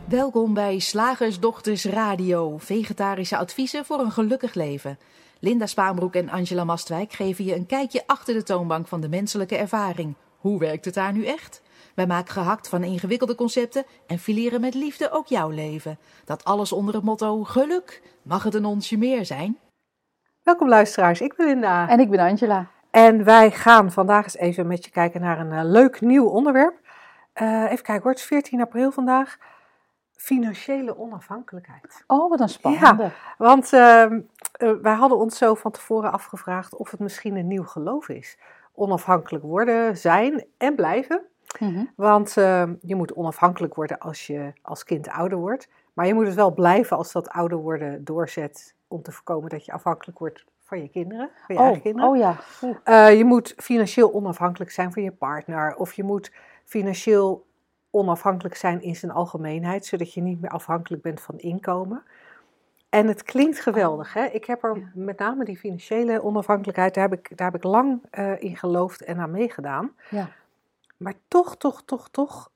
Welkom bij Slagersdochters Radio, vegetarische adviezen voor een gelukkig leven. Linda Spaanbroek en Angela Mastwijk geven je een kijkje achter de toonbank van de menselijke ervaring. Hoe werkt het daar nu echt? Wij maken gehakt van ingewikkelde concepten en fileren met liefde ook jouw leven. Dat alles onder het motto geluk. Mag het een onsje meer zijn? Welkom luisteraars, ik ben Linda. En ik ben Angela. En wij gaan vandaag eens even met je kijken naar een leuk nieuw onderwerp. Even kijken hoor, het is 14 april vandaag. Financiële onafhankelijkheid. Oh, wat een spannende. Ja, want wij hadden ons zo van tevoren afgevraagd of het misschien een nieuw geloof is. Onafhankelijk worden, zijn en blijven. Mm-hmm. Want je moet onafhankelijk worden als je als kind ouder wordt. Maar je moet het wel blijven als dat ouder worden doorzet om te voorkomen dat je afhankelijk wordt van je kinderen, van je eigen kinderen. Oh ja. Je moet financieel onafhankelijk zijn van je partner. Of je moet financieel onafhankelijk zijn in zijn algemeenheid, zodat je niet meer afhankelijk bent van inkomen. En het klinkt geweldig, hè? Ik heb er met name die financiële onafhankelijkheid, daar heb ik lang in geloofd en aan meegedaan. Ja. Maar toch,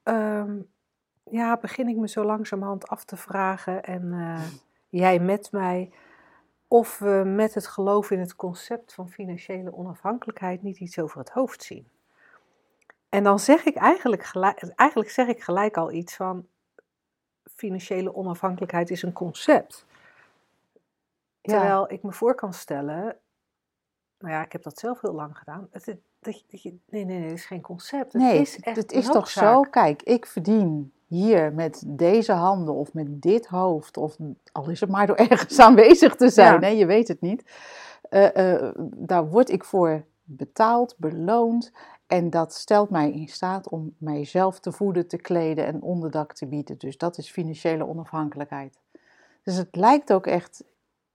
begin ik me zo langzamerhand af te vragen en jij met mij, of we met het geloof in het concept van financiële onafhankelijkheid niet iets over het hoofd zien. En dan zeg ik eigenlijk zeg ik gelijk al iets van, financiële onafhankelijkheid is een concept. Ja. Terwijl ik me voor kan stellen, nou ja, ik heb dat zelf heel lang gedaan. Nee, het is geen concept. Nee, is echt het is een toch zo, kijk, ik verdien hier met deze handen of met dit hoofd, of al is het maar door ergens aanwezig te zijn, Ja. hè, je weet het niet. Daar word ik voor betaald, beloond. En dat stelt mij in staat om mijzelf te voeden, te kleden en onderdak te bieden. Dus dat is financiële onafhankelijkheid. Dus het lijkt ook echt.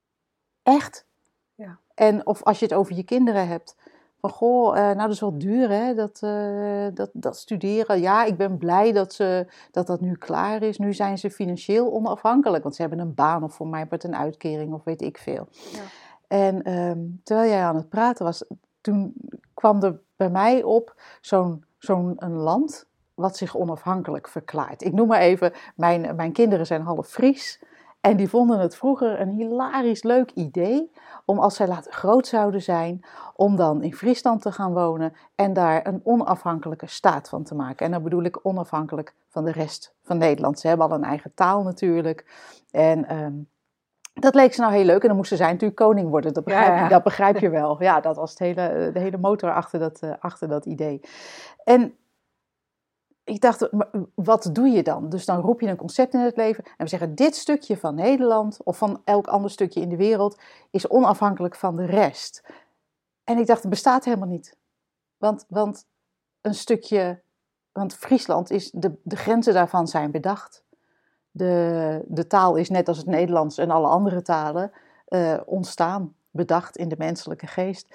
Ja. En of als je het over je kinderen hebt. Van goh, nou dat is wel duur hè, dat studeren. Ja, ik ben blij dat nu klaar is. Nu zijn ze financieel onafhankelijk. Want ze hebben een baan of voor mij wordt een uitkering of weet ik veel. Ja. En terwijl jij aan het praten was, toen kwam er bij mij op zo'n land wat zich onafhankelijk verklaart. Ik noem maar even, mijn kinderen zijn half Fries. En die vonden het vroeger een hilarisch leuk idee om als zij later groot zouden zijn, om dan in Friesland te gaan wonen en daar een onafhankelijke staat van te maken. En dan bedoel ik onafhankelijk van de rest van Nederland. Ze hebben al een eigen taal natuurlijk. En dat leek ze nou heel leuk. En dan moesten zij natuurlijk koning worden. Dat begrijp je wel. Ja, dat was de hele motor achter dat idee. En ik dacht, wat doe je dan? Dus dan roep je een concept in het leven en we zeggen, dit stukje van Nederland of van elk ander stukje in de wereld is onafhankelijk van de rest. En ik dacht, het bestaat helemaal niet. Want een stukje, want Friesland is, de grenzen daarvan zijn bedacht. De taal is net als het Nederlands en alle andere talen ontstaan, bedacht in de menselijke geest.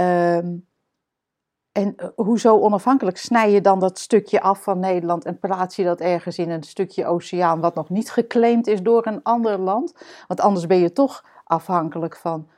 En hoezo onafhankelijk? Snij je dan dat stukje af van Nederland en plaats je dat ergens in een stukje oceaan wat nog niet geclaimd is door een ander land? Want anders ben je toch afhankelijk van,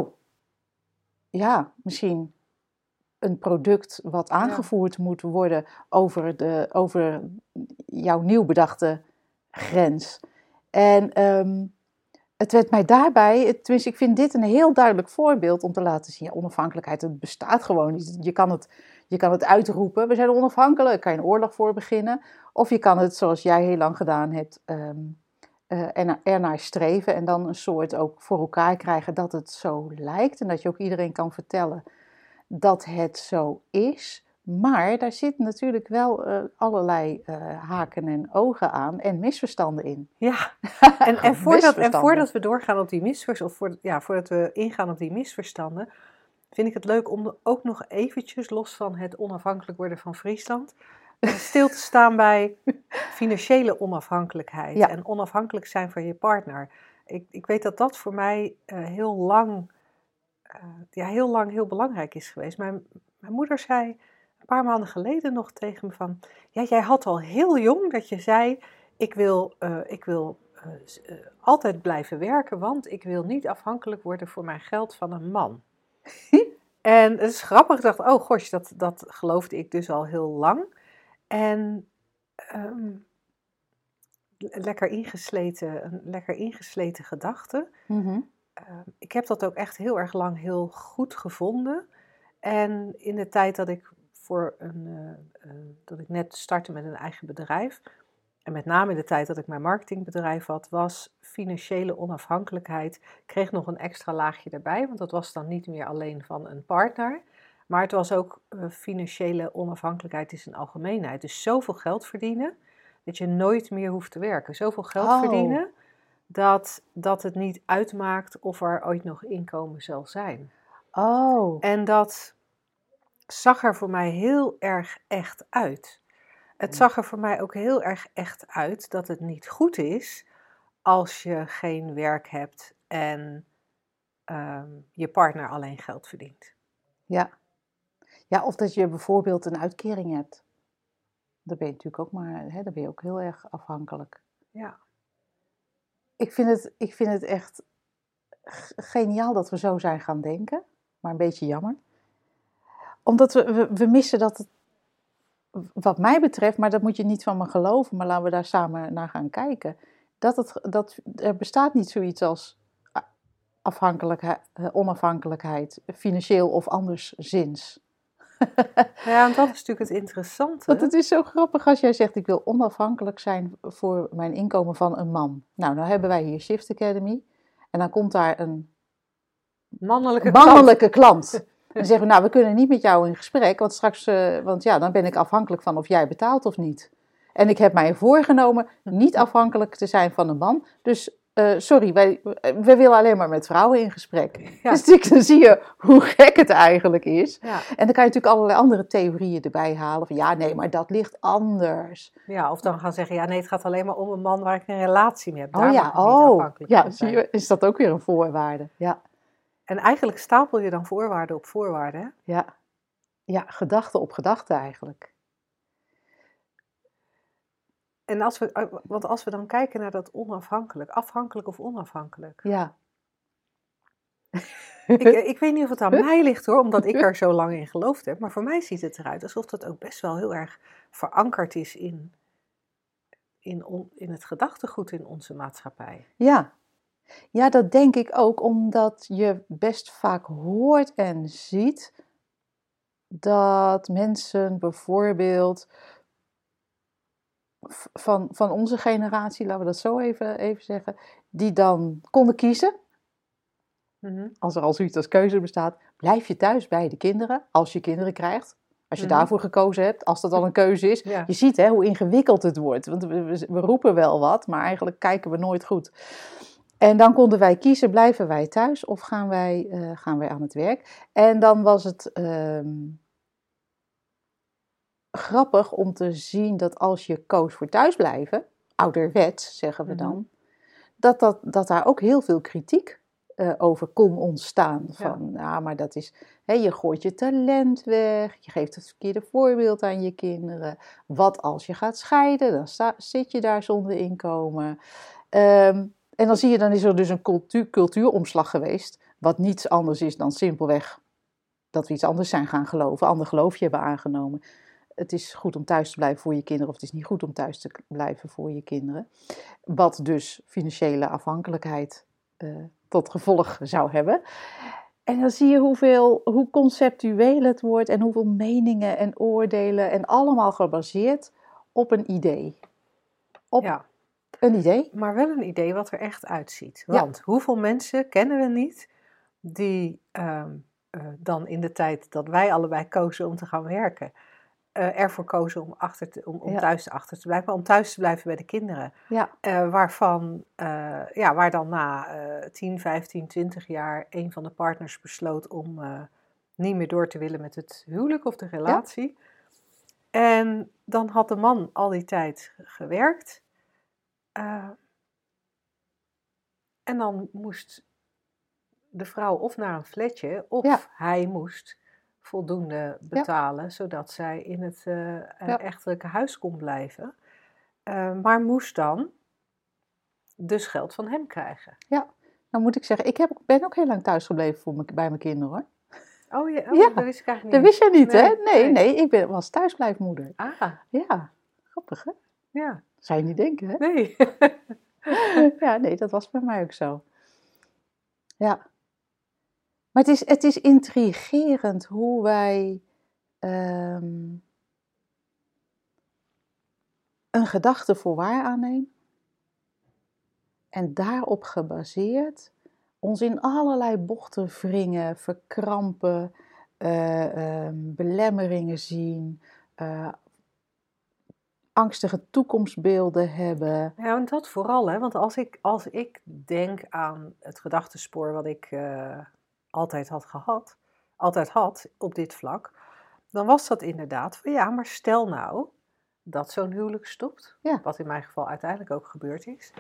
misschien een product wat aangevoerd moet worden over jouw nieuw bedachte grens. En het werd mij daarbij, tenminste ik vind dit een heel duidelijk voorbeeld om te laten zien, ja, onafhankelijkheid, het bestaat gewoon niet. Je kan het uitroepen, we zijn onafhankelijk, daar kan je een oorlog voor beginnen. Of je kan het, zoals jij heel lang gedaan hebt, ernaar streven en dan een soort ook voor elkaar krijgen dat het zo lijkt. En dat je ook iedereen kan vertellen dat het zo is. Maar daar zitten natuurlijk wel allerlei haken en ogen aan en misverstanden in. Ja, en voordat we doorgaan op die misverstanden, voordat we ingaan op die misverstanden, vind ik het leuk om ook nog eventjes, los van het onafhankelijk worden van Friesland, stil te staan bij financiële onafhankelijkheid en onafhankelijk zijn van je partner. Ik weet dat dat voor mij heel lang heel belangrijk is geweest. Mijn moeder zei een paar maanden geleden nog tegen me van, ja, jij had al heel jong dat je zei, ik wil altijd blijven werken, want ik wil niet afhankelijk worden voor mijn geld van een man. En het is grappig, ik dacht, oh gosh, dat geloofde ik dus al heel lang. En een lekker ingesleten gedachte. Mm-hmm. Ik heb dat ook echt heel erg lang heel goed gevonden. En in de tijd dat ik dat ik net startte met een eigen bedrijf, en met name in de tijd dat ik mijn marketingbedrijf had, was financiële onafhankelijkheid, kreeg nog een extra laagje erbij, want dat was dan niet meer alleen van een partner, maar het was ook financiële onafhankelijkheid in zijn algemeenheid. Dus zoveel geld verdienen, dat je nooit meer hoeft te werken. Zoveel geld verdienen, dat het niet uitmaakt of er ooit nog inkomen zal zijn. En dat zag er voor mij heel erg echt uit. Het zag er voor mij ook heel erg echt uit dat het niet goed is als je geen werk hebt en je partner alleen geld verdient. Ja. Ja, of dat je bijvoorbeeld een uitkering hebt. Dan ben je natuurlijk ook dan ben je ook heel erg afhankelijk. Ja. Ik vind het echt geniaal dat we zo zijn gaan denken, maar een beetje jammer. Omdat we missen dat het, wat mij betreft, maar dat moet je niet van me geloven, maar laten we daar samen naar gaan kijken. Dat er bestaat niet zoiets als onafhankelijkheid, financieel of anderszins. Ja, en dat is natuurlijk het interessante. Want het is zo grappig als jij zegt, ik wil onafhankelijk zijn voor mijn inkomen van een man. Nou, dan hebben wij hier Shift Academy. En dan komt daar een mannelijke klant. En dan zeggen we, nou, we kunnen niet met jou in gesprek, want straks, dan ben ik afhankelijk van of jij betaalt of niet. En ik heb mij voorgenomen niet afhankelijk te zijn van een man. Dus, sorry, we willen alleen maar met vrouwen in gesprek. Ja. Dus dan zie je hoe gek het eigenlijk is. Ja. En dan kan je natuurlijk allerlei andere theorieën erbij halen. Van ja, nee, maar dat ligt anders. Ja, of dan gaan zeggen, ja, nee, het gaat alleen maar om een man waar ik een relatie mee heb. Daar mag ik niet afhankelijk van zijn. Zie je, is dat ook weer een voorwaarde. Ja. En eigenlijk stapel je dan voorwaarden op voorwaarden, hè? Ja, gedachte op gedachte eigenlijk. En als we dan kijken naar dat afhankelijk of onafhankelijk. Ja. Ik weet niet of het aan mij ligt hoor, omdat ik er zo lang in geloofd heb. Maar voor mij ziet het eruit alsof dat ook best wel heel erg verankerd is in het gedachtegoed in onze maatschappij. Ja, dat denk ik ook, omdat je best vaak hoort en ziet dat mensen bijvoorbeeld van onze generatie, laten we dat zo even zeggen, die dan konden kiezen. Mm-hmm. Als er al zoiets als keuze bestaat, blijf je thuis bij de kinderen, als je kinderen krijgt. Als je daarvoor gekozen hebt, als dat al een keuze is. Ja. Je ziet hoe ingewikkeld het wordt, want we roepen wel wat, maar eigenlijk kijken we nooit goed. En dan konden wij kiezen, blijven wij thuis of gaan wij aan het werk. En dan was het grappig om te zien dat als je koos voor thuisblijven, ouderwets zeggen we dan, dat daar ook heel veel kritiek over kon ontstaan. Van, maar dat is, je gooit je talent weg, je geeft het verkeerde voorbeeld aan je kinderen. Wat als je gaat scheiden, dan zit je daar zonder inkomen. En dan zie je, dan is er dus een cultuuromslag geweest, wat niets anders is dan simpelweg dat we iets anders zijn gaan geloven, ander geloofje hebben aangenomen. Het is goed om thuis te blijven voor je kinderen, of het is niet goed om thuis te blijven voor je kinderen. Wat dus financiële afhankelijkheid tot gevolg zou hebben. En dan zie je hoe conceptueel het wordt en hoeveel meningen en oordelen en allemaal gebaseerd op een idee. Een idee. Maar wel een idee wat er echt uitziet. Want hoeveel mensen kennen we niet die dan in de tijd dat wij allebei kozen om te gaan werken, ervoor kozen om thuis achter te blijven, maar om thuis te blijven bij de kinderen. Ja. Waar dan na 10, 15, 20 jaar een van de partners besloot om niet meer door te willen met het huwelijk of de relatie. Ja. En dan had de man al die tijd gewerkt. En dan moest de vrouw of naar een flatje, of hij moest voldoende betalen, zodat zij in het echtelijke huis kon blijven. Maar moest dan dus geld van hem krijgen. Ja, nou moet ik zeggen, ik ben ook heel lang thuis gebleven bij mijn kinderen hoor. Oh, dat wist ik eigenlijk niet. Dat wist jij niet, hè? Nee, ik was thuisblijfmoeder. Ah. Ja, grappig hè? Ja. Zou je niet denken, hè? Nee. Ja, nee, dat was bij mij ook zo. Ja. Maar het is intrigerend hoe wij een gedachte voor waar aannemen. En daarop gebaseerd ons in allerlei bochten wringen, verkrampen, belemmeringen zien, angstige toekomstbeelden hebben. Ja, en dat vooral, hè? Want als ik denk aan het gedachtenspoor wat ik altijd had op dit vlak, dan was dat inderdaad van ja, maar stel nou dat zo'n huwelijk stopt, Ja. wat in mijn geval uiteindelijk ook gebeurd is.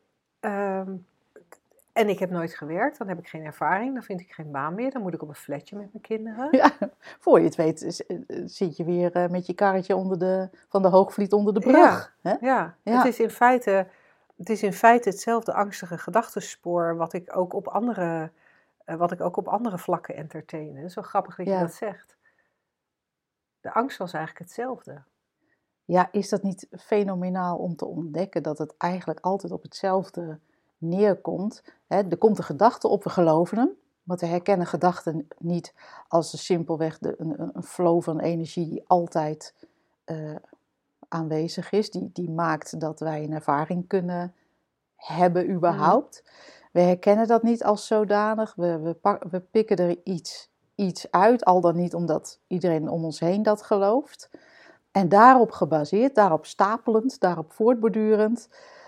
En ik heb nooit gewerkt, dan heb ik geen ervaring, dan vind ik geen baan meer, dan moet ik op een flatje met mijn kinderen. Ja, voor je het weet zit je weer met je karretje van de Hoogvliet onder de brug. Ja, hè? ja. Ja. Het is in feite hetzelfde angstige gedachtenspoor wat ik ook op andere vlakken entertaine. Zo grappig dat je dat zegt. De angst was eigenlijk hetzelfde. Ja, is dat niet fenomenaal om te ontdekken dat het eigenlijk altijd op hetzelfde neerkomt? Hè, er komt een gedachte op, we geloven hem. Want we herkennen gedachten niet als simpelweg een flow van energie die altijd aanwezig is. Die maakt dat wij een ervaring kunnen hebben überhaupt. We herkennen dat niet als zodanig. We pikken er iets uit, al dan niet omdat iedereen om ons heen dat gelooft. En daarop gebaseerd, daarop stapelend, daarop voortbordurend,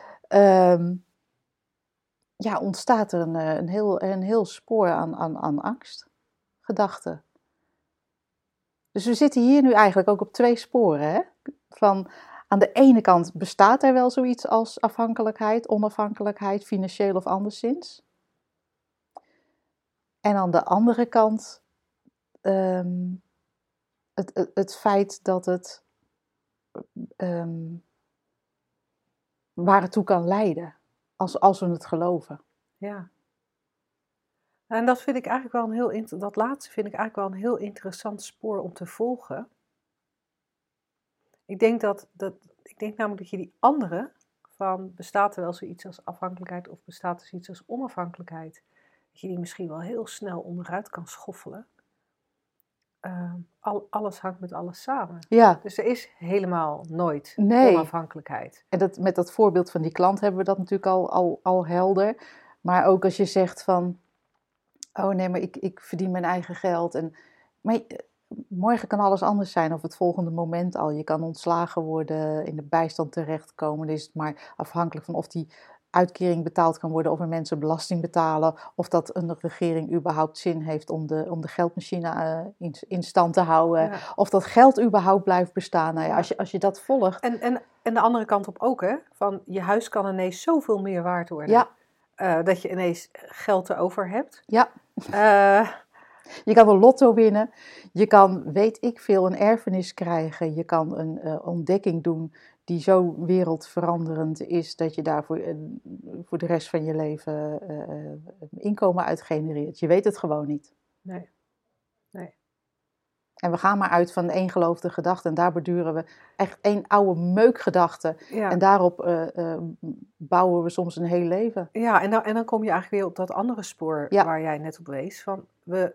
ontstaat er een heel spoor aan angst, gedachten. Dus we zitten hier nu eigenlijk ook op 2 sporen. Hè? Van, aan de ene kant bestaat er wel zoiets als afhankelijkheid, onafhankelijkheid, financieel of anderszins. En aan de andere kant het feit dat het waar het toe kan leiden, als we het geloven. Ja. En dat vind ik eigenlijk wel dat laatste vind ik eigenlijk wel een heel interessant spoor om te volgen. Ik denk namelijk dat je die andere, van bestaat er wel zoiets als afhankelijkheid of bestaat er zoiets als onafhankelijkheid, dat je die misschien wel heel snel onderuit kan schoffelen. Alles hangt met alles samen. Ja. Dus er is helemaal nooit onafhankelijkheid. En met dat voorbeeld van die klant hebben we dat natuurlijk al helder. Maar ook als je zegt van, oh nee, maar ik verdien mijn eigen geld. Maar morgen kan alles anders zijn, of het volgende moment al. Je kan ontslagen worden, in de bijstand terechtkomen. Dan is het maar afhankelijk van of die uitkering betaald kan worden, of er mensen belasting betalen, of dat een regering überhaupt zin heeft om de geldmachine in stand te houden, of dat geld überhaupt blijft bestaan. Nou ja, als je dat volgt. En de andere kant op ook, hè? Van je huis kan ineens zoveel meer waard worden, dat je ineens geld erover hebt. Ja. Je kan een lotto winnen, je kan, weet ik veel, een erfenis krijgen, je kan een ontdekking doen die zo wereldveranderend is dat je daarvoor voor de rest van je leven inkomen uitgenereert. Je weet het gewoon niet. Nee. En we gaan maar uit van één geloofde gedachte en daar borduren we echt één oude meukgedachte. Ja. En daarop bouwen we soms een heel leven. Ja, en dan kom je eigenlijk weer op dat andere spoor waar jij net op wees. Van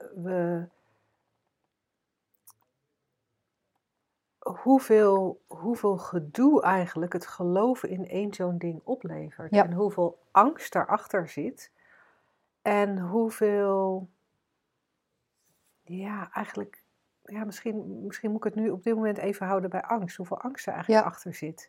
hoeveel gedoe eigenlijk het geloven in één zo'n ding oplevert. Ja. En hoeveel angst daarachter zit. En hoeveel, eigenlijk, misschien moet ik het nu op dit moment even houden bij angst. Hoeveel angst er eigenlijk achter zit.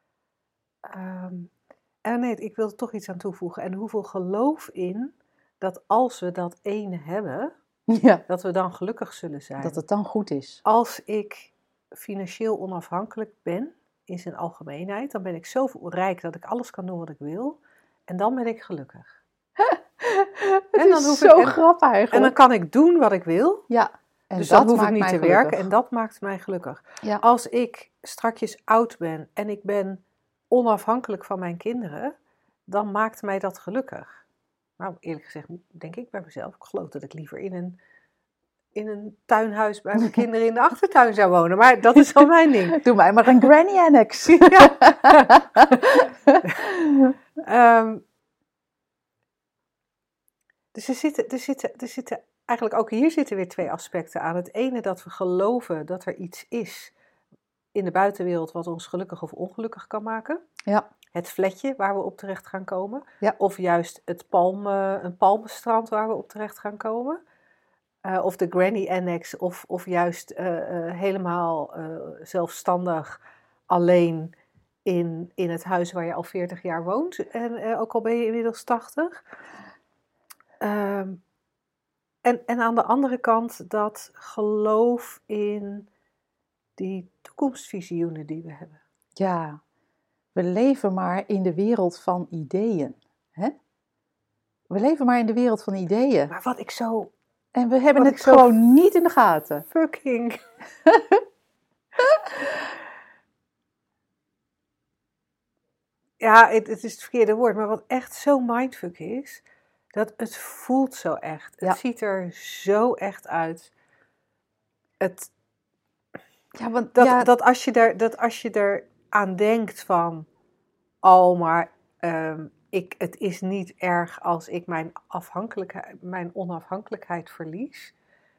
En nee, ik wil er toch iets aan toevoegen. En hoeveel geloof in dat als we dat ene hebben, dat we dan gelukkig zullen zijn. Dat het dan goed is. Als ik financieel onafhankelijk ben, in zijn algemeenheid, dan ben ik zo rijk dat ik alles kan doen wat ik wil. En dan ben ik gelukkig. Het is zo grappig eigenlijk. En dan kan ik doen wat ik wil. Ja. En dus dan hoef ik niet te werken. En dat maakt mij gelukkig. Ja. Als ik strakjes oud ben en ik ben onafhankelijk van mijn kinderen, dan maakt mij dat gelukkig. Nou, eerlijk gezegd denk ik bij mezelf, ik geloof dat ik liever in in een tuinhuis bij mijn kinderen in de achtertuin zou wonen. Maar dat is al mijn ding. Doe mij maar een granny annex. Ja. Dus er zitten eigenlijk ook hier zitten weer 2 aspecten aan. Het ene dat we geloven dat er iets is in de buitenwereld wat ons gelukkig of ongelukkig kan maken. Ja. Het vletje waar we op terecht gaan komen. Ja. Of juist een palmenstrand waar we op terecht gaan komen. Of de granny annex. Of juist helemaal zelfstandig alleen in het huis waar je al 40 jaar woont. En ook al ben je inmiddels 80. En aan de andere kant dat geloof in die toekomstvisioenen die we hebben. Ja, we leven maar in de wereld van ideeën. Hè? We leven maar in de wereld van ideeën. Maar wat ik zo... En we hebben het gewoon niet in de gaten. Fucking... Ja, het is het verkeerde woord, maar wat echt zo mindfuck is, dat het voelt zo echt. Het ziet er zo echt uit. Dat als je er aan denkt van, oh, maar het is niet erg als ik mijn onafhankelijkheid verlies.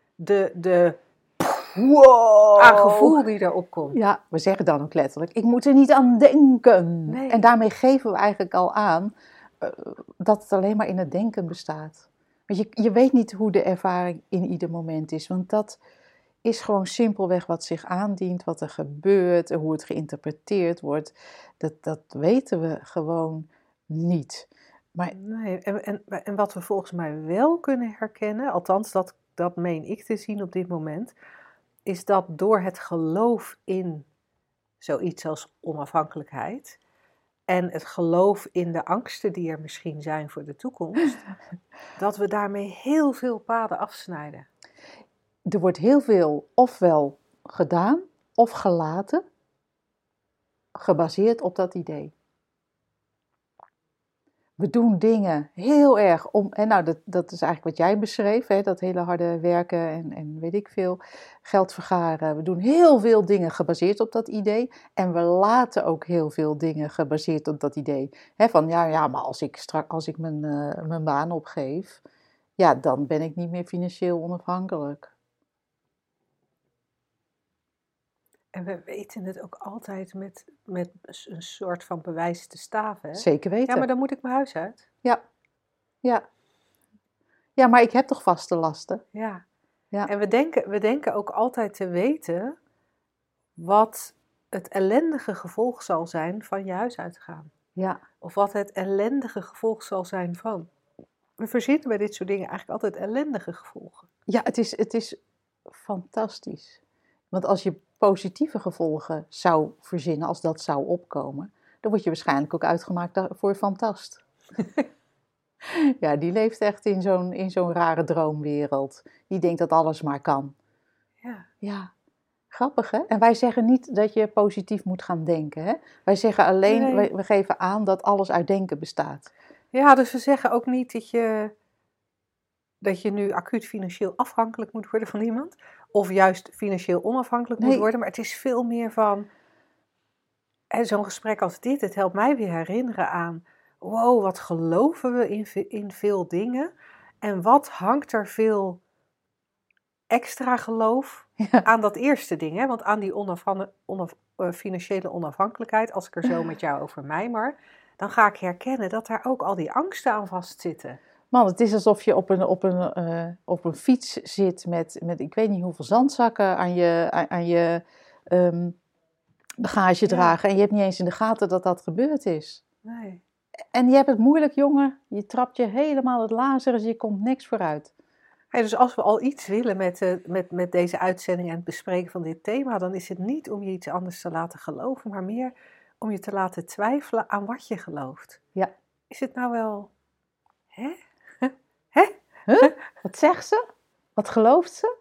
Aan gevoel die erop komt. Ja, we zeggen dan ook letterlijk, ik moet er niet aan denken. Nee. En daarmee geven we eigenlijk al aan dat het alleen maar in het denken bestaat. Want je weet niet hoe de ervaring in ieder moment is. Want dat is gewoon simpelweg wat zich aandient, wat er gebeurt, hoe het geïnterpreteerd wordt. Dat weten we gewoon niet. Maar... Nee, en wat we volgens mij wel kunnen herkennen, althans dat meen ik te zien op dit moment, is dat door het geloof in zoiets als onafhankelijkheid en het geloof in de angsten die er misschien zijn voor de toekomst, dat we daarmee heel veel paden afsnijden. Er wordt heel veel ofwel gedaan of gelaten, gebaseerd op dat idee. We doen dingen heel erg om, en nou dat is eigenlijk wat jij beschreef, hè, dat hele harde werken en weet ik veel, geld vergaren. We doen heel veel dingen gebaseerd op dat idee en we laten ook heel veel dingen gebaseerd op dat idee. Hè, van ja, maar als ik mijn baan opgeef, ja, dan ben ik niet meer financieel onafhankelijk. En we weten het ook altijd met een soort van bewijs te staven. Hè? Zeker weten. Ja, maar dan moet ik mijn huis uit. Ja, maar ik heb toch vaste lasten? Ja. Ja. En we denken ook altijd te weten wat het ellendige gevolg zal zijn van je huis uitgaan. Ja. Of wat het ellendige gevolg zal zijn van. We verzinnen bij dit soort dingen eigenlijk altijd ellendige gevolgen. Ja, het is fantastisch. Want als je positieve gevolgen zou verzinnen, als dat zou opkomen, dan word je waarschijnlijk ook uitgemaakt voor fantast. Ja, die leeft echt in zo'n rare droomwereld. Die denkt dat alles maar kan. Ja, grappig hè? En wij zeggen niet dat je positief moet gaan denken. Hè? Wij zeggen alleen, we geven aan dat alles uit denken bestaat. Ja, dus we zeggen ook niet dat je nu acuut financieel afhankelijk moet worden van iemand. Of juist financieel onafhankelijk moet worden. Maar het is veel meer van, en zo'n gesprek als dit, het helpt mij weer herinneren aan, wow, wat geloven we in veel dingen. En wat hangt er veel extra geloof aan dat eerste ding. Hè? Want aan die financiële onafhankelijkheid, als ik er zo met jou over mijmer, dan ga ik herkennen dat daar ook al die angsten aan vastzitten. Man, het is alsof je op een fiets zit met ik weet niet hoeveel zandzakken aan je bagage dragen. En je hebt niet eens in de gaten dat dat gebeurd is. Nee. En je hebt het moeilijk, jongen. Je trapt je helemaal het lazarus, je komt niks vooruit. Ja, dus als we al iets willen met deze uitzending en het bespreken van dit thema, dan is het niet om je iets anders te laten geloven, maar meer om je te laten twijfelen aan wat je gelooft. Ja. Is het nou wel... Hè? Huh? Wat zegt ze? Wat gelooft ze?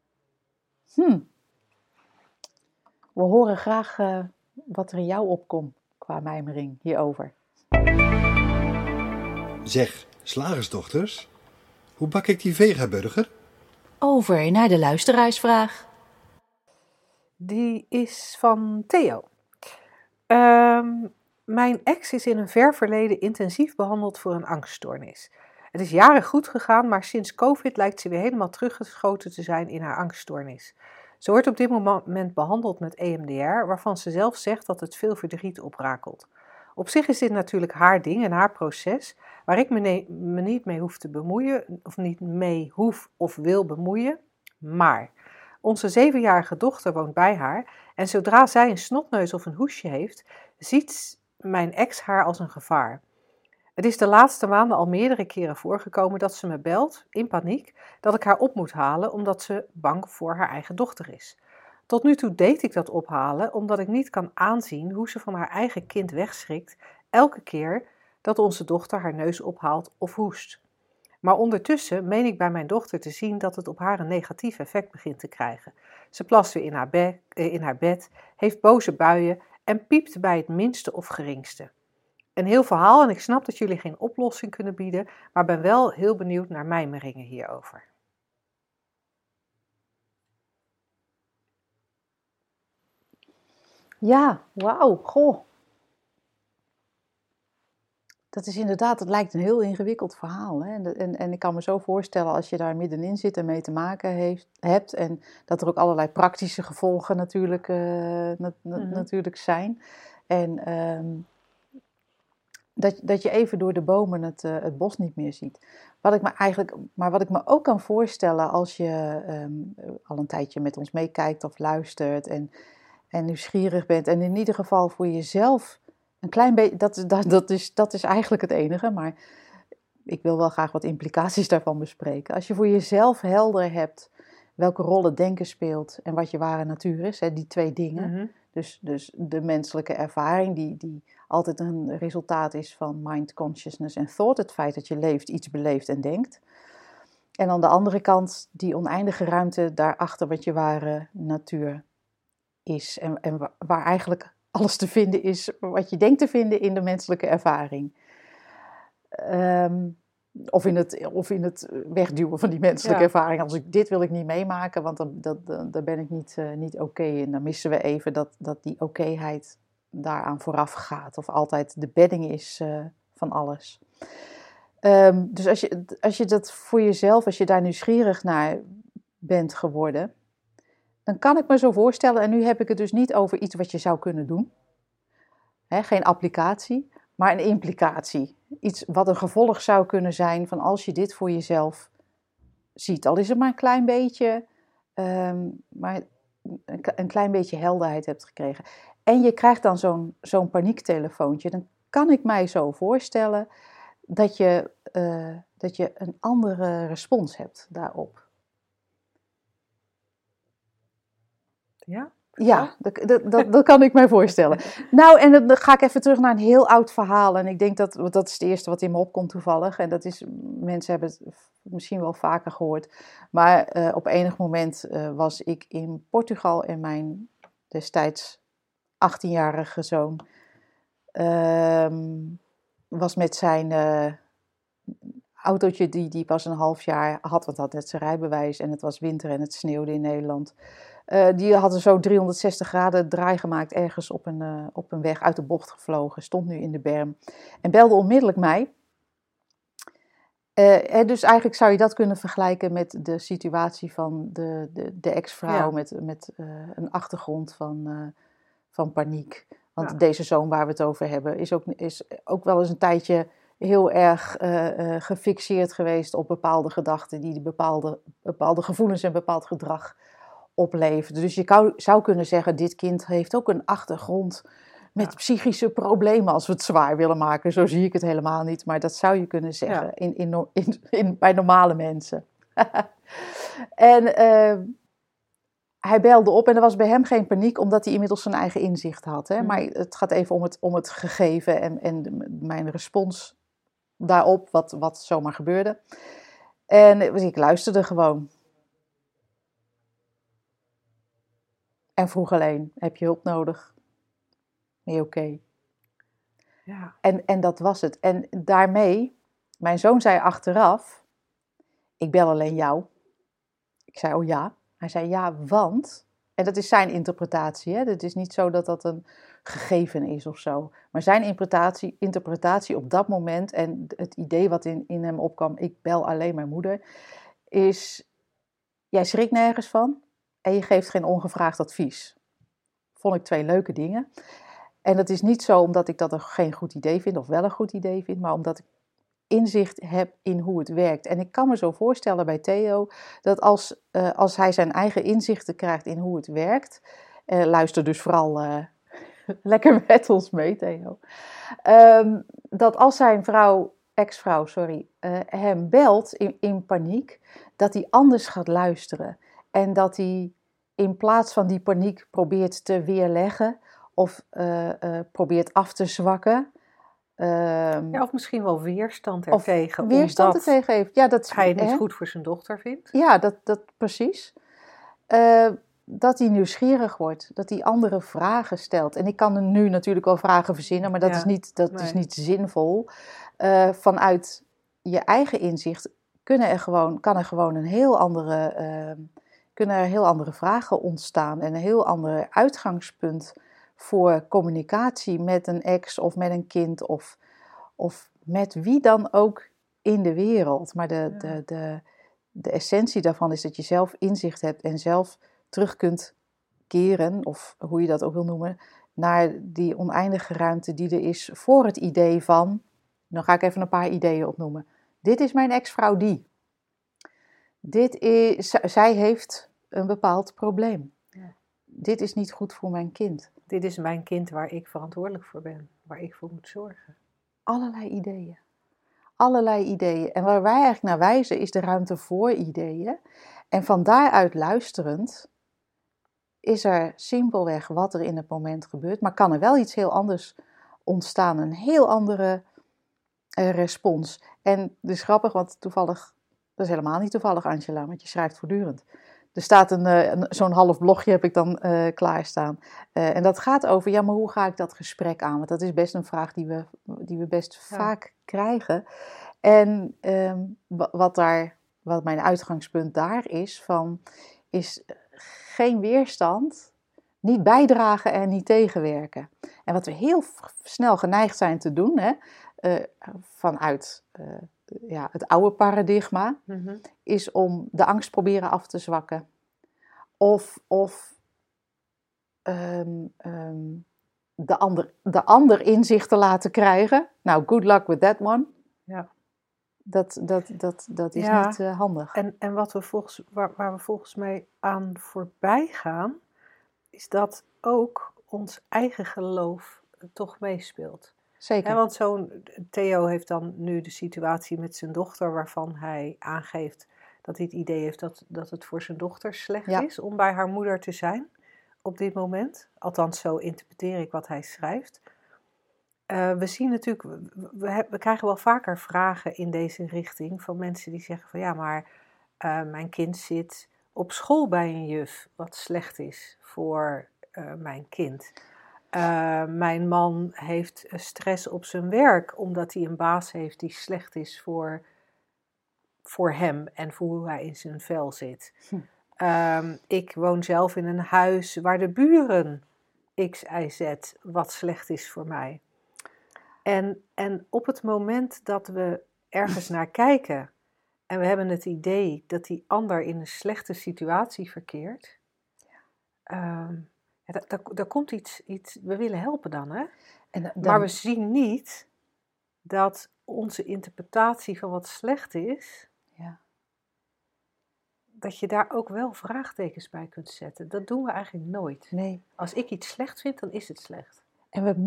We horen graag wat er in jou opkomt qua mijmering hierover. Zeg, slagersdochters, hoe bak ik die vegaburger? Over naar de luisteraarsvraag. Die is van Theo. Mijn ex is in een ver verleden intensief behandeld voor een angststoornis. Het is jaren goed gegaan, maar sinds COVID lijkt ze weer helemaal teruggeschoten te zijn in haar angststoornis. Ze wordt op dit moment behandeld met EMDR, waarvan ze zelf zegt dat het veel verdriet oprakelt. Op zich is dit natuurlijk haar ding en haar proces, waar ik me niet mee hoef te bemoeien, of niet mee hoef of wil bemoeien. Maar onze 7-jarige dochter woont bij haar en zodra zij een snotneus of een hoesje heeft, ziet mijn ex haar als een gevaar. Het is de laatste maanden al meerdere keren voorgekomen dat ze me belt, in paniek, dat ik haar op moet halen omdat ze bang voor haar eigen dochter is. Tot nu toe deed ik dat ophalen omdat ik niet kan aanzien hoe ze van haar eigen kind wegschrikt elke keer dat onze dochter haar neus ophaalt of hoest. Maar ondertussen meen ik bij mijn dochter te zien dat het op haar een negatief effect begint te krijgen. Ze plast weer in haar bed, heeft boze buien en piept bij het minste of geringste. Een heel verhaal en ik snap dat jullie geen oplossing kunnen bieden, maar ben wel heel benieuwd naar mijmeringen hierover. Ja, wauw, goh. Dat is inderdaad, het lijkt een heel ingewikkeld verhaal. Hè? En ik kan me zo voorstellen als je daar middenin zit en mee te maken hebt. En dat er ook allerlei praktische gevolgen natuurlijk zijn. En dat je even door de bomen het bos niet meer ziet. Wat ik me ook kan voorstellen als je al een tijdje met ons meekijkt of luistert en nieuwsgierig bent. En in ieder geval voor jezelf een klein beetje, dat is eigenlijk het enige, maar ik wil wel graag wat implicaties daarvan bespreken. Als je voor jezelf helder hebt welke rol het denken speelt en wat je ware natuur is, hè, die twee dingen. Mm-hmm. Dus de menselijke ervaring die altijd een resultaat is van mind, consciousness en thought. Het feit dat je leeft, iets beleeft en denkt. En aan de andere kant die oneindige ruimte daarachter wat je ware natuur is. En waar eigenlijk alles te vinden is wat je denkt te vinden in de menselijke ervaring. Of in het wegduwen van die menselijke ervaring. Dit wil ik niet meemaken, want dan ben ik niet oké. En dan missen we even dat die okéheid daaraan vooraf gaat. Of altijd de bedding is van alles. Dus als je dat voor jezelf, als je daar nieuwsgierig naar bent geworden, dan kan ik me zo voorstellen, en nu heb ik het dus niet over iets wat je zou kunnen doen. Geen applicatie, maar een implicatie. Iets wat een gevolg zou kunnen zijn van als je dit voor jezelf ziet. Al is het maar een klein beetje, maar een klein beetje helderheid hebt gekregen. En je krijgt dan zo'n paniektelefoontje. Dan kan ik mij zo voorstellen dat je een andere respons hebt daarop. Ja? Ja, dat kan ik mij voorstellen. Nou, en dan ga ik even terug naar een heel oud verhaal. En ik denk dat is het eerste wat in me opkomt toevallig. En dat is, mensen hebben het misschien wel vaker gehoord. Maar op enig moment was ik in Portugal en mijn destijds 18-jarige zoon was met zijn autootje die pas een half jaar had, want had net zijn rijbewijs en het was winter en het sneeuwde in Nederland. Die hadden zo 360 graden draai gemaakt ergens op een weg, uit de bocht gevlogen, stond nu in de berm en belde onmiddellijk mij. Dus eigenlijk zou je dat kunnen vergelijken met de situatie van de ex-vrouw met een achtergrond van paniek. Want deze zoon waar we het over hebben is ook wel eens een tijdje heel erg gefixeerd geweest op bepaalde gedachten die bepaalde gevoelens en bepaald gedrag opleveren. Dus je zou kunnen zeggen, dit kind heeft ook een achtergrond met psychische problemen als we het zwaar willen maken. Zo zie ik het helemaal niet, maar dat zou je kunnen zeggen bij normale mensen. En hij belde op en er was bij hem geen paniek, omdat hij inmiddels zijn eigen inzicht had. Hè? Maar het gaat even om het gegeven en mijn respons daarop, wat zomaar gebeurde. En ik luisterde gewoon. En vroeg alleen, heb je hulp nodig? Nee, oké. Ja. En dat was het. En daarmee, mijn zoon zei achteraf, ik bel alleen jou. Ik zei, oh ja. Hij zei, ja, want... En dat is zijn interpretatie, hè? Het is niet zo dat dat een gegeven is of zo. Maar zijn interpretatie op dat moment en het idee wat in hem opkwam, ik bel alleen mijn moeder, is, jij schrikt nergens van en je geeft geen ongevraagd advies. Vond ik 2 leuke dingen. En dat is niet zo omdat ik dat geen goed idee vind of wel een goed idee vind, maar omdat ik inzicht heb in hoe het werkt. En ik kan me zo voorstellen bij Theo, dat als hij zijn eigen inzichten krijgt in hoe het werkt, luister dus vooral lekker met ons mee, Theo, dat als zijn ex-vrouw, hem belt in paniek, dat hij anders gaat luisteren. En dat hij in plaats van die paniek probeert te weerleggen of probeert af te zwakken. Of misschien wel weerstand ertegen. Of weerstand ertegen heeft. Ja, dat hij het niet goed voor zijn dochter vindt. Ja, dat precies. Dat hij nieuwsgierig wordt. Dat hij andere vragen stelt. En ik kan er nu natuurlijk wel vragen verzinnen, maar dat is niet zinvol. Vanuit je eigen inzicht kunnen er gewoon heel andere vragen ontstaan. En een heel ander uitgangspunt voor communicatie met een ex of met een kind of met wie dan ook in de wereld. Maar de essentie daarvan is dat je zelf inzicht hebt en zelf terug kunt keren, of hoe je dat ook wil noemen, naar die oneindige ruimte die er is voor het idee van, dan ga ik even een paar ideeën opnoemen. Dit is mijn ex-vrouw die. Zij heeft een bepaald probleem. Ja. Dit is niet goed voor mijn kind. Dit is mijn kind waar ik verantwoordelijk voor ben, waar ik voor moet zorgen. Allerlei ideeën. En waar wij eigenlijk naar wijzen is de ruimte voor ideeën. En van daaruit luisterend is er simpelweg wat er in het moment gebeurt. Maar kan er wel iets heel anders ontstaan. Een heel andere respons. En het is grappig, want toevallig, dat is helemaal niet toevallig Angela, want je schrijft voortdurend. Er staat zo'n half blogje heb ik dan klaarstaan. En dat gaat over, ja, maar hoe ga ik dat gesprek aan? Want dat is best een vraag die we best vaak krijgen. En wat mijn uitgangspunt daar is geen weerstand, niet bijdragen en niet tegenwerken. En wat we heel snel geneigd zijn te doen, vanuit het oude paradigma, is om de angst proberen af te zwakken. Of de ander inzicht te laten krijgen. Nou, good luck with that one. Ja. Dat is niet handig. En waar we volgens mij aan voorbij gaan, is dat ook ons eigen geloof toch meespeelt. Zeker. Want Theo heeft dan nu de situatie met zijn dochter, waarvan hij aangeeft dat hij het idee heeft dat het voor zijn dochter slecht is om bij haar moeder te zijn op dit moment. Althans, zo interpreteer ik wat hij schrijft. We zien natuurlijk, we krijgen wel vaker vragen in deze richting van mensen die zeggen van ja, maar mijn kind zit op school bij een juf, wat slecht is voor mijn kind. Mijn man heeft stress op zijn werk, omdat hij een baas heeft die slecht is voor hem en voor hoe hij in zijn vel zit. Ik woon zelf in een huis waar de buren X, Y, Z wat slecht is voor mij. En op het moment dat we ergens naar kijken en we hebben het idee dat die ander in een slechte situatie verkeert, daar komt iets, we willen helpen dan, hè? Maar we zien niet dat onze interpretatie van wat slecht is, dat je daar ook wel vraagtekens bij kunt zetten. Dat doen we eigenlijk nooit. Nee. Als ik iets slecht vind, dan is het slecht. En we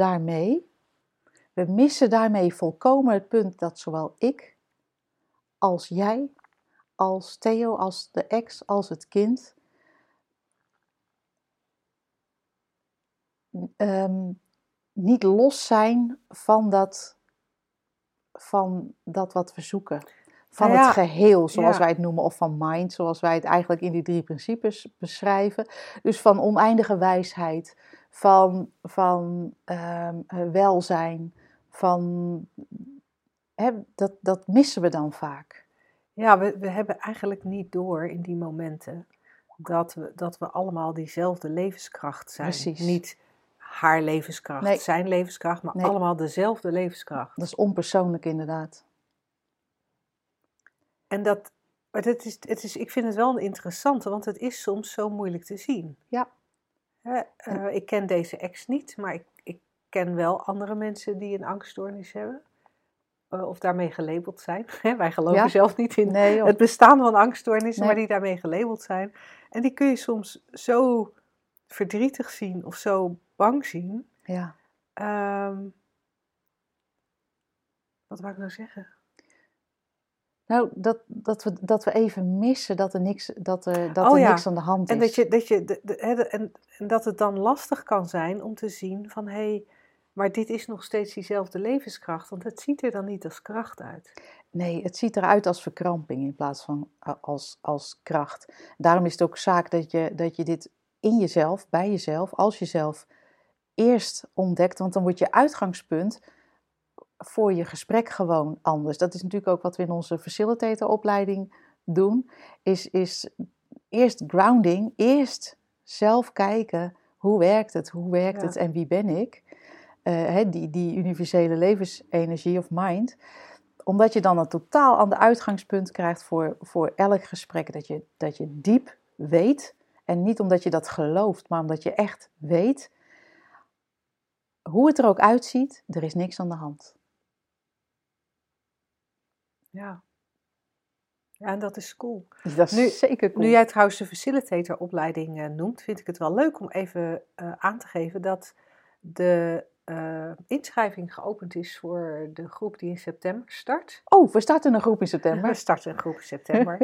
missen daarmee volkomen het punt dat zowel ik, als jij, als Theo, als de ex, als het kind, niet los zijn van dat wat we zoeken. Van het geheel, zoals wij het noemen, of van mind, zoals wij het eigenlijk in die 3 principes beschrijven. Dus van oneindige wijsheid, van welzijn, dat missen we dan vaak. Ja, we hebben eigenlijk niet door in die momenten dat we allemaal diezelfde levenskracht zijn. Precies. Niet haar levenskracht, zijn levenskracht, maar allemaal dezelfde levenskracht. Dat is onpersoonlijk inderdaad. En ik vind het wel een interessante, want het is soms zo moeilijk te zien. Ja. Ik ken deze ex niet, maar ik ken wel andere mensen die een angststoornis hebben. Of daarmee gelabeld zijn. Wij geloven zelf niet in het bestaan van angststoornissen, maar die daarmee gelabeld zijn. En die kun je soms zo verdrietig zien of zo bang zien. Ja. Wat wou ik nou zeggen? Nou, dat we even missen dat er niks niks aan de hand is. En dat het dan lastig kan zijn om te zien van maar dit is nog steeds diezelfde levenskracht, want het ziet er dan niet als kracht uit. Nee, het ziet eruit als verkramping in plaats van als kracht. Daarom is het ook zaak dat je dit in jezelf, bij jezelf, als jezelf eerst ontdekt, want dan wordt je uitgangspunt voor je gesprek gewoon anders. Dat is natuurlijk ook wat we in onze facilitatoropleiding doen, is eerst grounding, eerst zelf kijken, hoe werkt het en wie ben ik? Die universele levensenergie of mind, omdat je dan een totaal ander uitgangspunt krijgt voor elk gesprek, dat je diep weet, en niet omdat je dat gelooft, maar omdat je echt weet, hoe het er ook uitziet, er is niks aan de hand. Ja, en dat is cool. Dat is zeker cool. Nu jij trouwens de facilitatoropleiding noemt, vind ik het wel leuk om even aan te geven dat de inschrijving geopend is voor de groep die in september start. Oh, we starten een groep in september. We starten een groep in september.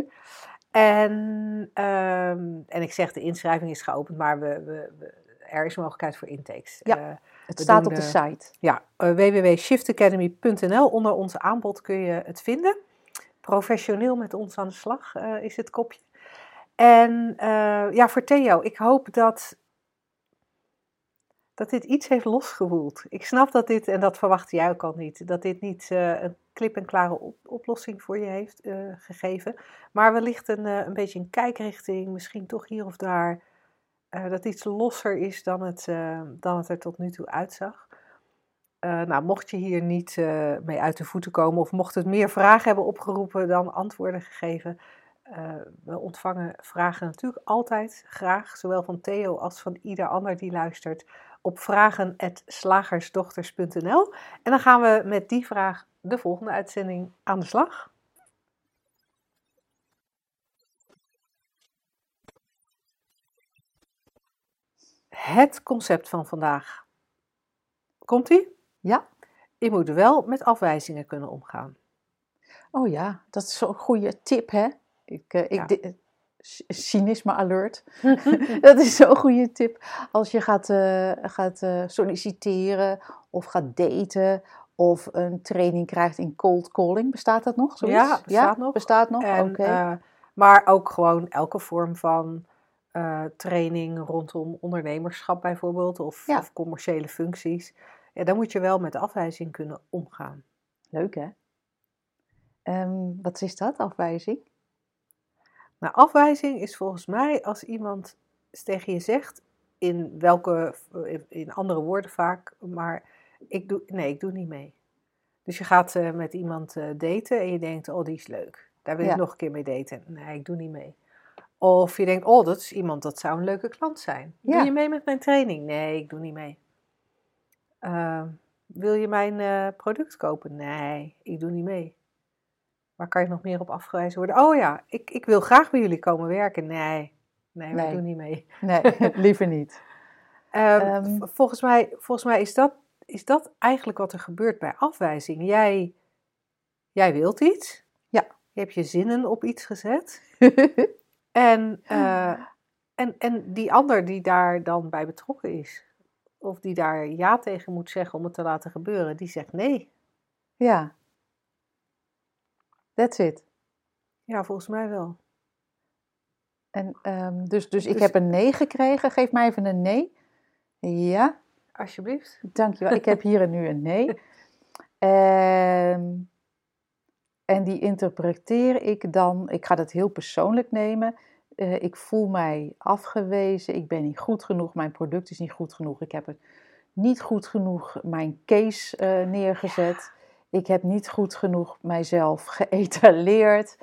En ik zeg de inschrijving is geopend, maar er is mogelijkheid voor intakes. Ja, het staat op de site. Ja, www.shiftacademy.nl. Onder ons aanbod kun je het vinden. Professioneel met ons aan de slag is het kopje. En voor Theo, ik hoop dat dit iets heeft losgewoeld. Ik snap dat dit, en dat verwachtte jij ook al niet, dat dit niet een klip-en-klare oplossing voor je heeft gegeven. Maar wellicht een beetje een kijkrichting, misschien toch hier of daar, dat iets losser is dan het er tot nu toe uitzag. Mocht je hier niet mee uit de voeten komen, of mocht het meer vragen hebben opgeroepen dan antwoorden gegeven, we ontvangen vragen natuurlijk altijd graag, zowel van Theo als van ieder ander die luistert, op vragen@slagersdochters.nl. En dan gaan we met die vraag de volgende uitzending aan de slag. Het concept van vandaag. Komt-ie? Ja. Je moet wel met afwijzingen kunnen omgaan. Oh ja, dat is zo'n goede tip, hè? Cynisme alert. Dat is zo'n goede tip. Als je gaat solliciteren of gaat daten of een training krijgt in cold calling. Bestaat dat nog? Zoiets? Ja, bestaat nog. Oké. Maar ook gewoon elke vorm van training rondom ondernemerschap bijvoorbeeld of commerciële functies. Ja, dan moet je wel met afwijzing kunnen omgaan. Leuk, hè? Wat is dat, afwijzing? Nou, afwijzing is volgens mij als iemand tegen je zegt, in andere woorden vaak, maar ik doe niet mee. Dus je gaat met iemand daten en je denkt, oh, die is leuk. Daar wil ik nog een keer mee daten. Nee, ik doe niet mee. Of je denkt, oh, dat is iemand, dat zou een leuke klant zijn. Doe je mee met mijn training? Nee, ik doe niet mee. Wil je mijn product kopen? Nee, ik doe niet mee. Waar kan je nog meer op afgewezen worden? Oh ja, ik wil graag bij jullie komen werken. Nee, ik doe niet mee. Nee, liever niet. Volgens mij is dat eigenlijk wat er gebeurt bij afwijzing. Jij wilt iets. Ja. Je hebt je zinnen op iets gezet. En die ander die daar dan bij betrokken is, of die daar ja tegen moet zeggen om het te laten gebeuren, die zegt nee. Ja. That's it. Ja, volgens mij wel. En dus ik heb een nee gekregen. Geef mij even een nee. Ja. Alsjeblieft. Dankjewel. Ik heb hier en nu een nee. En die interpreteer ik dan, ik ga dat heel persoonlijk nemen. Ik voel mij afgewezen, ik ben niet goed genoeg, mijn product is niet goed genoeg. Ik heb het niet goed genoeg mijn case neergezet. Ik heb niet goed genoeg mijzelf geëtaleerd.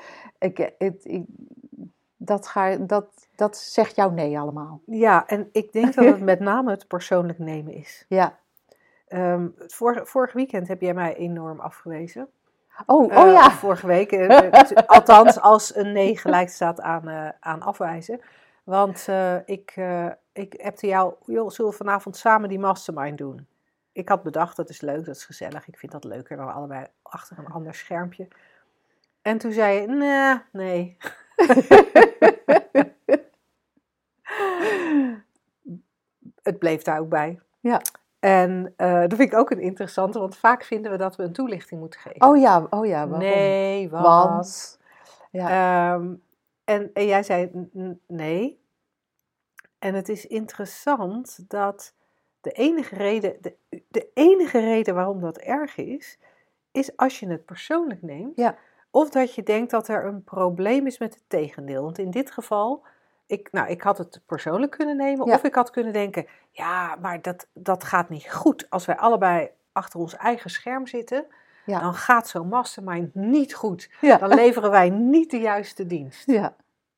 Dat zegt jou nee allemaal. Ja, en ik denk dat het met name het persoonlijk nemen is. Ja. Vorig weekend heb jij mij enorm afgewezen. Ja. Vorige week. Althans, als een nee gelijk staat aan afwijzen. Want ik appte jou, joh, zullen we vanavond samen die mastermind doen? Ik had bedacht, dat is leuk, dat is gezellig. Ik vind dat leuker dan allebei achter een ander schermpje. En toen zei je, nee. Het bleef daar ook bij. Ja. En dat vind ik ook een interessante, want vaak vinden we dat we een toelichting moeten geven. Oh ja, waarom? Nee, want. Ja. En jij zei nee. En het is interessant dat de enige reden waarom dat erg is als je het persoonlijk neemt. Ja. Of dat je denkt dat er een probleem is met het tegendeel. Want in dit geval, ik had het persoonlijk kunnen nemen. Ja. Of ik had kunnen denken, ja, maar dat gaat niet goed. Als wij allebei achter ons eigen scherm zitten, dan gaat zo'n mastermind niet goed. Ja. Dan leveren wij niet de juiste dienst. Ja.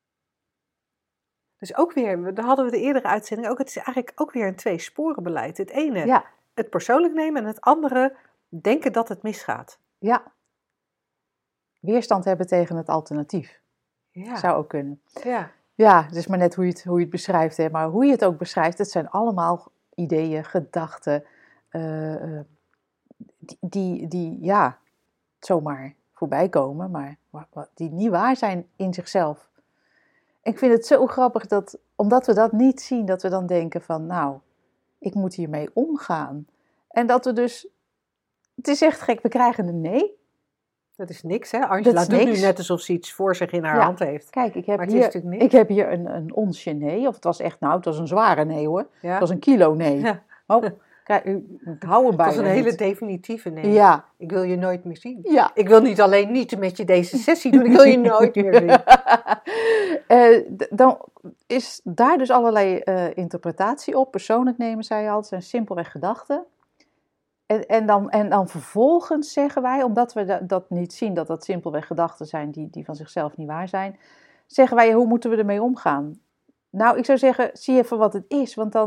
Dus ook weer, daar hadden we de eerdere uitzending ook. Het is eigenlijk ook weer een tweesporenbeleid. Het ene, het persoonlijk nemen en het andere, denken dat het misgaat. Ja. Weerstand hebben tegen het alternatief. Ja. Zou ook kunnen. Ja. Ja, het is maar net hoe je het beschrijft. Hè. Maar hoe je het ook beschrijft, het zijn allemaal ideeën, gedachten, die zomaar voorbij komen, maar die niet waar zijn in zichzelf. Ik vind het zo grappig dat, omdat we dat niet zien, dat we dan denken van, nou, ik moet hiermee omgaan. En dat we dus, het is echt gek, we krijgen een nee. Dat is niks, hè? Angela doet nu net alsof ze iets voor zich in haar hand heeft. Kijk, ik heb hier een onsje nee, of het was echt, het was een zware nee hoor. Ja. Het was een kilo nee. Ja. Oh, kijk, ik hou hem bijna. Het was een hele definitieve nee. Ja. Ik wil je nooit meer zien. Ja. Ik wil niet alleen niet met je deze sessie doen, ik wil je nooit meer zien. Dan is daar dus allerlei interpretatie op. Persoonlijk nemen, zei je al, het zijn simpelweg gedachten. En dan vervolgens zeggen wij, omdat we dat niet zien, dat dat simpelweg gedachten zijn die van zichzelf niet waar zijn, zeggen wij, hoe moeten we ermee omgaan? Nou, ik zou zeggen, zie even wat het is, want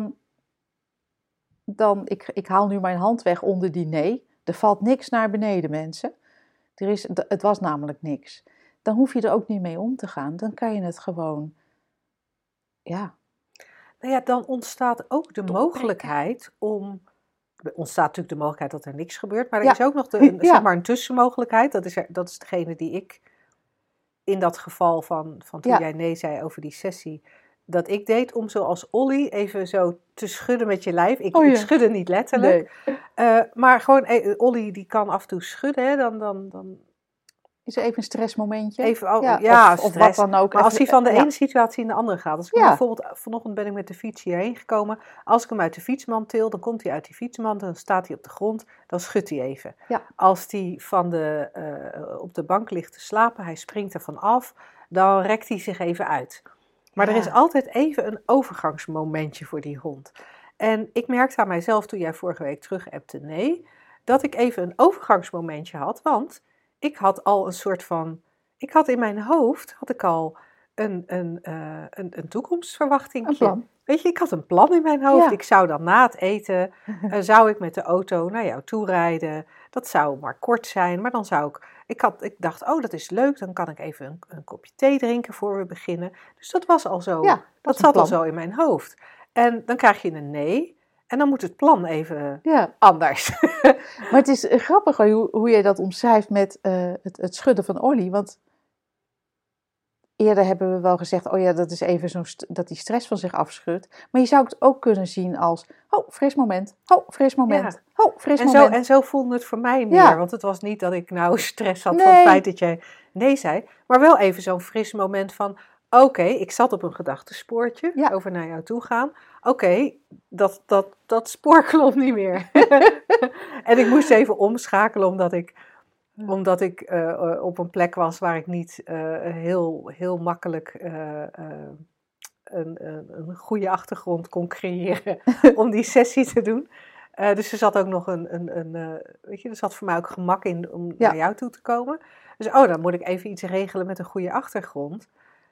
ik haal nu mijn hand weg onder die nee. Er valt niks naar beneden, mensen. Het was namelijk niks. Dan hoef je er ook niet mee om te gaan. Dan kan je het gewoon, Nou ja, dan ontstaat ook de mogelijkheid om... Er ontstaat natuurlijk de mogelijkheid dat er niks gebeurt. Maar er is ook nog zeg maar een tussenmogelijkheid. Dat is degene die ik in dat geval van toen jij nee zei over die sessie... Dat ik deed om zoals Olly even zo te schudden met je lijf. Ik schudde niet letterlijk. Nee. Maar gewoon, Olly die kan af en toe schudden. Hè, dan is er even een stressmomentje? Even, of wat dan ook. Maar als hij van de ene situatie in de andere gaat. Als ik bijvoorbeeld, vanochtend ben ik met de fiets hierheen gekomen. Als ik hem uit de fietsmand til, dan komt hij uit die fietsmand. Dan staat hij op de grond, dan schudt hij even. Ja. Als hij op de bank ligt te slapen, hij springt er van af. Dan rekt hij zich even uit. Maar er is altijd even een overgangsmomentje voor die hond. En ik merkte aan mijzelf toen jij vorige week terug appte dat ik even een overgangsmomentje had. Want ik had al een soort van... Ik had in mijn hoofd al een toekomstverwachting. Een plan. Weet je, ik had een plan in mijn hoofd. Ja. Ik zou dan na het eten, zou ik met de auto naar jou toe rijden. Dat zou maar kort zijn, maar dan zou ik dacht, dat is leuk. Dan kan ik even een kopje thee drinken voor we beginnen. Dus dat was al zo. Ja, dat zat al zo in mijn hoofd. En dan krijg je een nee. En dan moet het plan even anders. Maar het is grappig hoe jij dat omschrijft met het schudden van Olly. Want eerder hebben we wel gezegd, dat is even dat die stress van zich afschudt. Maar je zou het ook kunnen zien als, fris moment, fris moment, fris moment. En zo voelde het voor mij meer. Want het was niet dat ik nou stress had van het feit dat jij nee zei. Maar wel even zo'n fris moment van, ik zat op een gedachtenspoortje over naar jou toe gaan. Dat spoor klopt niet meer. En ik moest even omschakelen omdat ik Omdat ik op een plek was waar ik niet heel makkelijk een goede achtergrond kon creëren om die sessie te doen. Dus er zat ook nog weet je, er zat voor mij ook gemak in om naar jou toe te komen. Dus dan moet ik even iets regelen met een goede achtergrond.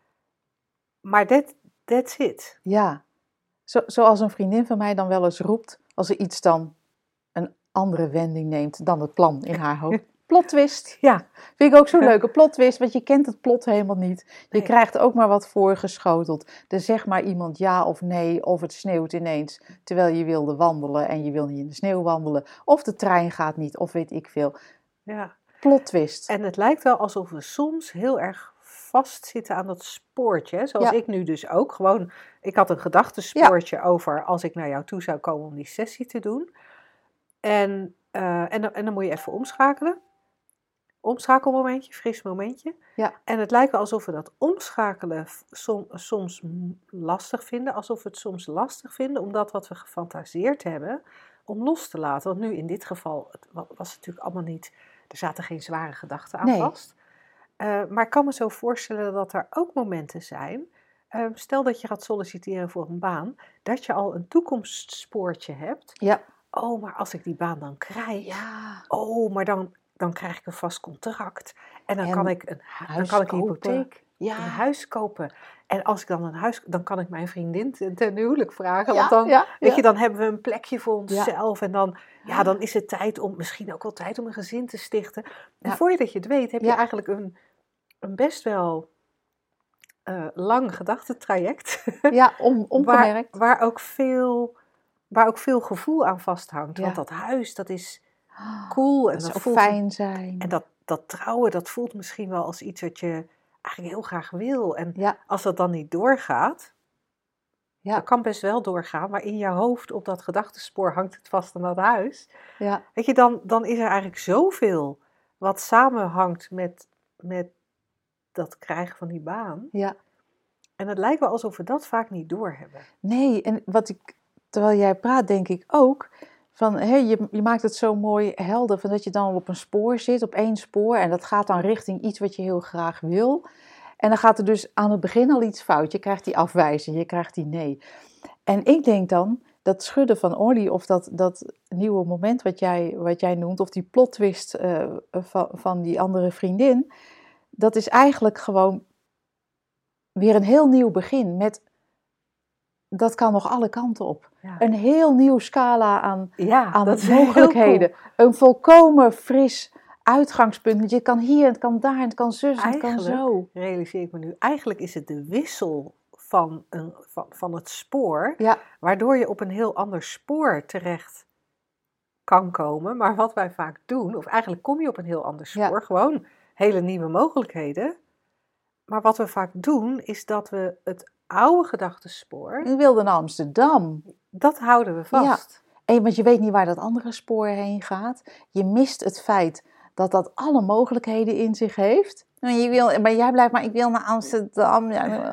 Maar that's it. Ja, zoals een vriendin van mij dan wel eens roept, als er iets dan een andere wending neemt dan het plan in haar hoofd. Plot twist. Ja, vind ik ook zo'n leuke plot twist, want je kent het plot helemaal niet. Je krijgt ook maar wat voorgeschoteld. Er zegt maar iemand ja of nee, of het sneeuwt ineens, terwijl je wilde wandelen en je wil niet in de sneeuw wandelen. Of de trein gaat niet, of weet ik veel. Ja. Plot twist. En het lijkt wel alsof we soms heel erg vastzitten aan dat spoortje. Zoals ik nu dus ook. Gewoon, ik had een gedachtenspoortje over als ik naar jou toe zou komen om die sessie te doen. En dan moet je even omschakelen. Omschakelmomentje, fris momentje. Ja. En het lijkt wel alsof we dat omschakelen soms lastig vinden. Alsof we het soms lastig vinden om dat wat we gefantaseerd hebben, om los te laten. Want nu in dit geval, het was natuurlijk allemaal niet, er zaten geen zware gedachten aan vast. Maar ik kan me zo voorstellen dat er ook momenten zijn, stel dat je gaat solliciteren voor een baan, dat je al een toekomstspoortje hebt. Ja. Oh, maar als ik die baan dan krijg, maar dan krijg ik een vast contract. En dan kan ik een hypotheek, een huis kopen. En als ik dan een huis, dan kan ik mijn vriendin ten huwelijk vragen. Want dan, weet je, dan hebben we een plekje voor onszelf. En dan is het misschien ook wel tijd om een gezin te stichten. En voordat je het weet, heb je eigenlijk een best wel lang gedachtentraject. Ja, ongemerkt. Waar ook veel gevoel aan vasthangt. Want dat huis, dat is cool. En dat zou fijn zijn. En dat trouwen, dat voelt misschien wel als iets wat je eigenlijk heel graag wil. En als dat dan niet doorgaat, dat kan best wel doorgaan. Maar in je hoofd, op dat gedachtenspoor, hangt het vast aan dat huis. Ja. Weet je, dan is er eigenlijk zoveel wat samenhangt met dat krijgen van die baan. Ja. En het lijkt wel alsof we dat vaak niet doorhebben. Nee, en terwijl jij praat, denk ik ook van, je maakt het zo mooi helder, van dat je dan op een spoor zit, op één spoor, en dat gaat dan richting iets wat je heel graag wil. En dan gaat er dus aan het begin al iets fout. Je krijgt die afwijzing, je krijgt die nee. En ik denk dan, dat schudden van olie, of dat nieuwe moment wat jij noemt, of die plot twist van die andere vriendin, dat is eigenlijk gewoon weer een heel nieuw begin met, dat kan nog alle kanten op. Ja. Een heel nieuw scala aan mogelijkheden. Een volkomen fris uitgangspunt. Je kan hier, het kan daar, het kan zus, het kan zo. Realiseer ik me nu, eigenlijk is het de wissel van het spoor, waardoor je op een heel ander spoor terecht kan komen. Maar wat wij vaak doen, of eigenlijk kom je op een heel ander spoor, gewoon hele nieuwe mogelijkheden. Maar wat we vaak doen, is dat we het oude gedachtenspoor... Ik wilde naar Amsterdam. Dat houden we vast. Ja. Want je weet niet waar dat andere spoor heen gaat. Je mist het feit dat alle mogelijkheden in zich heeft. Maar jij blijft maar, ik wil naar Amsterdam.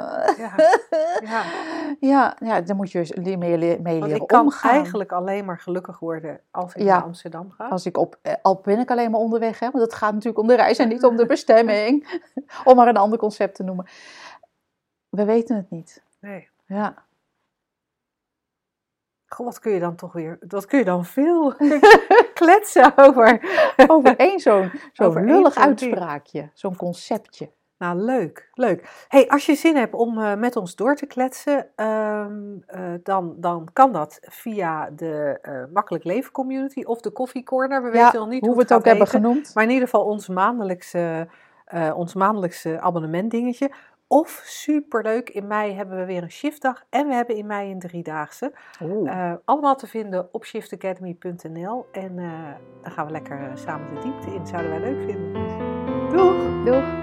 Ja, dan moet je mee leren omgaan. Ik kan eigenlijk alleen maar gelukkig worden als ik naar Amsterdam ga. Al ben ik alleen maar onderweg, hè? Want het gaat natuurlijk om de reis en niet om de bestemming. Om maar een ander concept te noemen. We weten het niet. Nee. Ja. Goh, wat kun je dan veel kletsen over één zo'n lullig uitspraakje, zo'n conceptje. Nou, leuk. Hey, als je zin hebt om met ons door te kletsen, dan kan dat via de Makkelijk Leven Community of de Coffee Corner. We weten nog niet hoe we het ook hebben genoemd. Maar in ieder geval ons maandelijkse abonnementdingetje. Of superleuk, in mei hebben we weer een shiftdag en we hebben in mei een 3-daagse. Allemaal te vinden op shiftacademy.nl. En dan gaan we lekker samen de diepte in. Zouden wij leuk vinden. Doeg!